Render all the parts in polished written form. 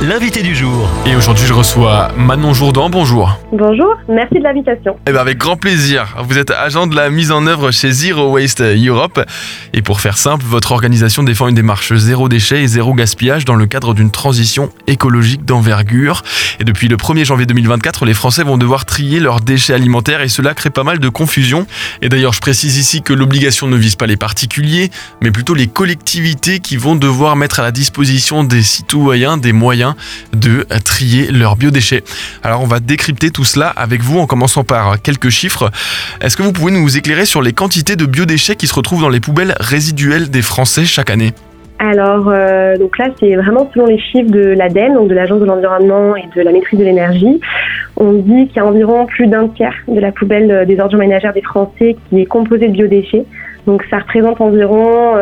l'invité du jour. Et aujourd'hui, je reçois Manon Jourdan. Bonjour. Bonjour, merci de l'invitation. Avec grand plaisir. Vous êtes agent de la mise en œuvre chez Zero Waste Europe. Et pour faire simple, votre organisation défend une démarche zéro déchet et zéro gaspillage dans le cadre d'une transition écologique d'envergure. Et depuis le 1er janvier 2024, les Français vont devoir trier leurs déchets alimentaires et cela crée pas mal de confusion. Et d'ailleurs, je précise ici que l'obligation ne vise pas les particuliers, mais plutôt les collectivités qui vont devoir mettre à la disposition des citoyens des moyens de trier leurs biodéchets. Alors on va décrypter tout cela avec vous en commençant par quelques chiffres. Est-ce que vous pouvez nous éclairer sur les quantités de biodéchets qui se retrouvent dans les poubelles résiduelles des Français chaque année ? Alors, donc là, c'est vraiment selon les chiffres de l'ADEME, donc de l'Agence de l'environnement et de la maîtrise de l'énergie. On dit qu'il y a environ plus d'un tiers de la poubelle des ordures ménagères des Français qui est composée de biodéchets. Donc ça représente environ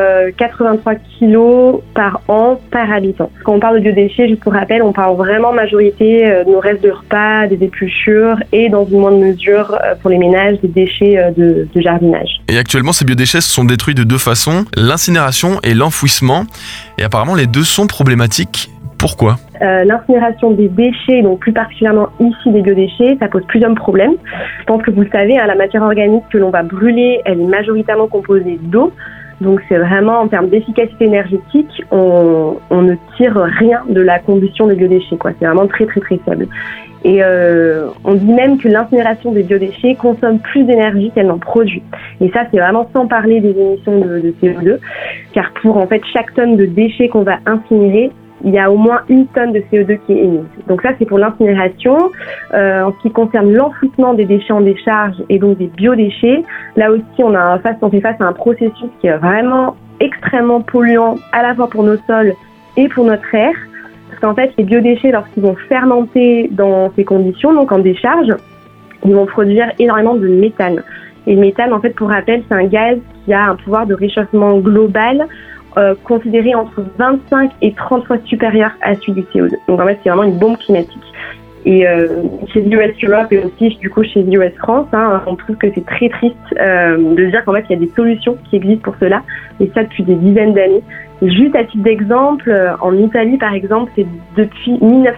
83 kilos par an par habitant. Quand on parle de biodéchets, juste pour rappel, on parle vraiment en majorité de nos restes de repas, des épluchures et dans une moindre mesure pour les ménages, des déchets de jardinage. Et actuellement, ces biodéchets sont détruits de deux façons, l'incinération et l'enfouissement. Et apparemment, les deux sont problématiques. Pourquoi ? L'incinération des déchets, donc plus particulièrement ici des biodéchets, ça pose plusieurs problèmes. Je pense que vous le savez, la matière organique que l'on va brûler, elle est majoritairement composée d'eau. Donc c'est vraiment en termes d'efficacité énergétique, on ne tire rien de la combustion des biodéchets, quoi. C'est vraiment très très très faible. Et on dit même que l'incinération des biodéchets consomme plus d'énergie qu'elle n'en produit. Et ça, c'est vraiment sans parler des émissions de CO2, car pour en fait chaque tonne de déchets qu'on va incinérer, il y a au moins une tonne de CO2 qui est émise. Donc ça, c'est pour l'incinération. En ce qui concerne l'enfouissement des déchets en décharge et donc des biodéchets, là aussi, on fait face à un processus qui est vraiment extrêmement polluant à la fois pour nos sols et pour notre air. Parce qu'en fait, les biodéchets, lorsqu'ils vont fermenter dans ces conditions, donc en décharge, ils vont produire énormément de méthane. Et le méthane, en fait, pour rappel, c'est un gaz qui a un pouvoir de réchauffement global considéré entre 25 et 30 fois supérieur à celui du CO2. Donc en fait, c'est vraiment une bombe climatique. Et chez US Europe et aussi du coup chez US France, on trouve que c'est très triste de dire qu'en fait, il y a des solutions qui existent pour cela, et ça depuis des dizaines d'années. Juste à titre d'exemple, en Italie par exemple, c'est depuis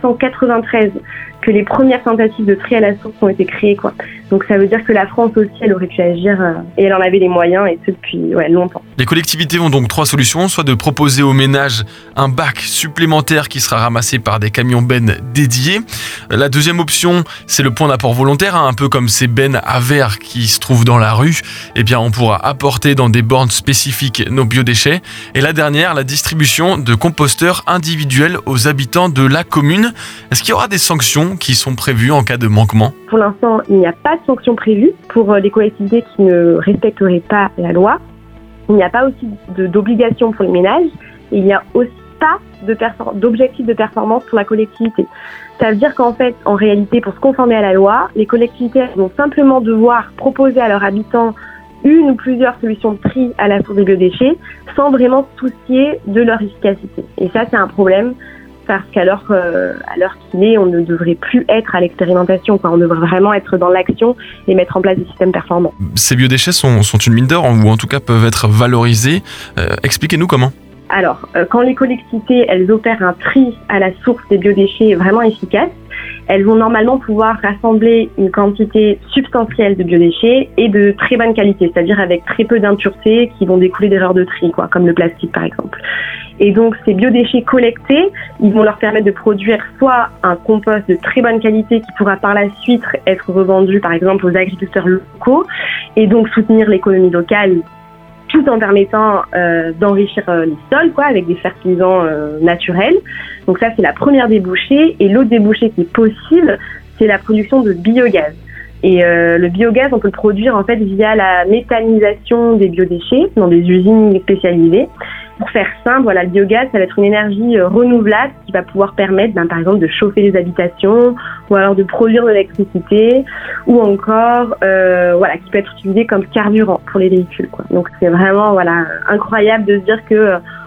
1993 que les premières tentatives de tri à la source ont été créées, quoi. Donc ça veut dire que la France aussi, elle aurait pu agir et elle en avait les moyens, et ce depuis longtemps. Les collectivités ont donc trois solutions, soit de proposer aux ménages un bac supplémentaire qui sera ramassé par des camions bennes dédiés. La deuxième option, c'est le point d'apport volontaire, un peu comme ces bennes à verre qui se trouvent dans la rue. Eh bien, on pourra apporter dans des bornes spécifiques nos biodéchets. Et la dernière, la distribution de composteurs individuels aux habitants de la commune. Est-ce qu'il y aura des sanctions qui sont prévues en cas de manquement ? Pour l'instant, il n'y a pas de sanctions prévues pour les collectivités qui ne respecteraient pas la loi. Il n'y a pas aussi d'obligation pour les ménages. Et il n'y a aussi pas d'objectif de performance pour la collectivité. Ça veut dire qu'en fait, en réalité, pour se conformer à la loi, les collectivités vont simplement devoir proposer à leurs habitants une ou plusieurs solutions de tri à la source des biodéchets sans vraiment se soucier de leur efficacité. Et ça, c'est un problème parce qu'à l'heure qu'il est, on ne devrait plus être à l'expérimentation, quoi. On devrait vraiment être dans l'action et mettre en place des systèmes performants. Ces biodéchets sont une mine d'or ou en tout cas peuvent être valorisés. Expliquez-nous comment. Alors, quand les collectivités, elles opèrent un tri à la source des biodéchets vraiment efficace, elles vont normalement pouvoir rassembler une quantité substantielle de biodéchets et de très bonne qualité, c'est-à-dire avec très peu d'impuretés qui vont découler d'erreurs de tri, quoi, comme le plastique par exemple. Et donc ces biodéchets collectés, ils vont leur permettre de produire soit un compost de très bonne qualité qui pourra par la suite être revendu par exemple aux agriculteurs locaux et donc soutenir l'économie locale, tout en permettant d'enrichir les sols, quoi, avec des fertilisants naturels. Donc ça, c'est la première débouchée. Et l'autre débouchée qui est possible, c'est la production de biogaz. Et le biogaz, on peut le produire en fait via la méthanisation des biodéchets dans des usines spécialisées. Pour faire simple, le biogaz, ça va être une énergie renouvelable qui va pouvoir permettre, par exemple, de chauffer les habitations ou alors de produire de l'électricité ou encore, qui peut être utilisé comme carburant pour les véhicules, quoi. Donc c'est vraiment, incroyable de se dire que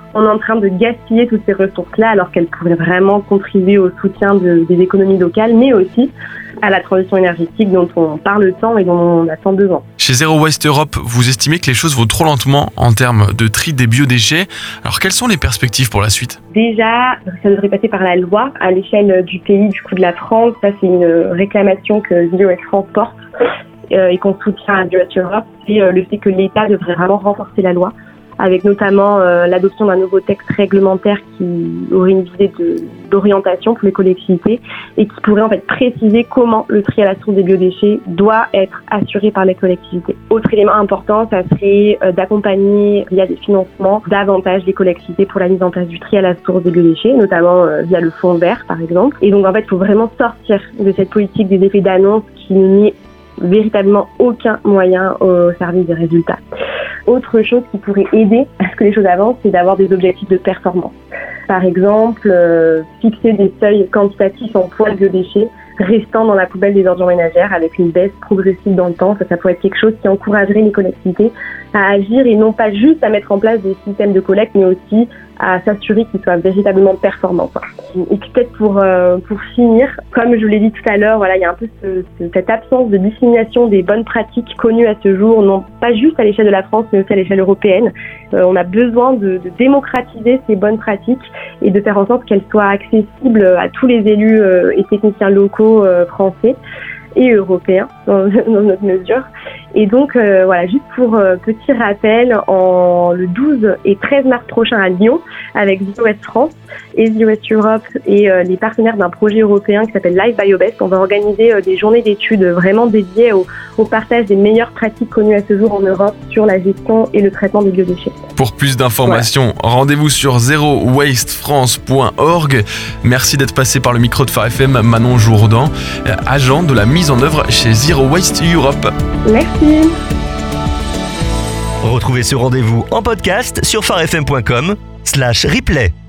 on est en train de gaspiller toutes ces ressources-là alors qu'elles pourraient vraiment contribuer au soutien des économies locales, mais aussi à la transition énergétique dont on parle tant et dont on a tant besoin. Chez Zero Waste Europe, vous estimez que les choses vont trop lentement en termes de tri des biodéchets. Alors quelles sont les perspectives pour la suite ? Déjà, ça devrait passer par la loi à l'échelle du pays, du coup de la France. Ça, c'est une réclamation que Zero Waste France porte et qu'on soutient à Zero Waste Europe. C'est le fait que l'État devrait vraiment renforcer la loi, avec notamment l'adoption d'un nouveau texte réglementaire qui aurait une visée d'orientation pour les collectivités et qui pourrait en fait préciser comment le tri à la source des biodéchets doit être assuré par les collectivités. Autre élément important, ça serait d'accompagner via des financements davantage les collectivités pour la mise en place du tri à la source des biodéchets, notamment via le fonds vert par exemple. Et donc en fait, il faut vraiment sortir de cette politique des effets d'annonce qui ne met véritablement aucun moyen au service des résultats. Autre chose qui pourrait aider à ce que les choses avancent, c'est d'avoir des objectifs de performance. Par exemple, fixer des seuils quantitatifs en poids de biodéchets restant dans la poubelle des ordures ménagères avec une baisse progressive dans le temps. Ça pourrait être quelque chose qui encouragerait les collectivités à agir et non pas juste à mettre en place des systèmes de collecte, mais aussi à s'assurer qu'ils soient véritablement performants. Et puis peut-être pour finir, comme je l'ai dit tout à l'heure, il y a un peu cette absence de dissémination des bonnes pratiques connues à ce jour, non pas juste à l'échelle de la France, mais aussi à l'échelle européenne. On a besoin de démocratiser ces bonnes pratiques et de faire en sorte qu'elles soient accessibles à tous les élus et techniciens locaux français et européens dans notre mesure. Et donc, juste pour petit rappel, le 12 et 13 mars prochain à Lyon, avec Zero Waste France et Zero Waste Europe et les partenaires d'un projet européen qui s'appelle Live Biobest, on va organiser des journées d'études vraiment dédiées au partage des meilleures pratiques connues à ce jour en Europe sur la gestion et le traitement des biodéchets. Pour plus d'informations, rendez-vous sur zerowastefrance.org. Merci d'être passé par le micro de Phare FM, Manon Jourdan, agent de la mise en œuvre chez Zero Waste Europe. Merci. Retrouvez ce rendez-vous en podcast sur pharefm.com/replay.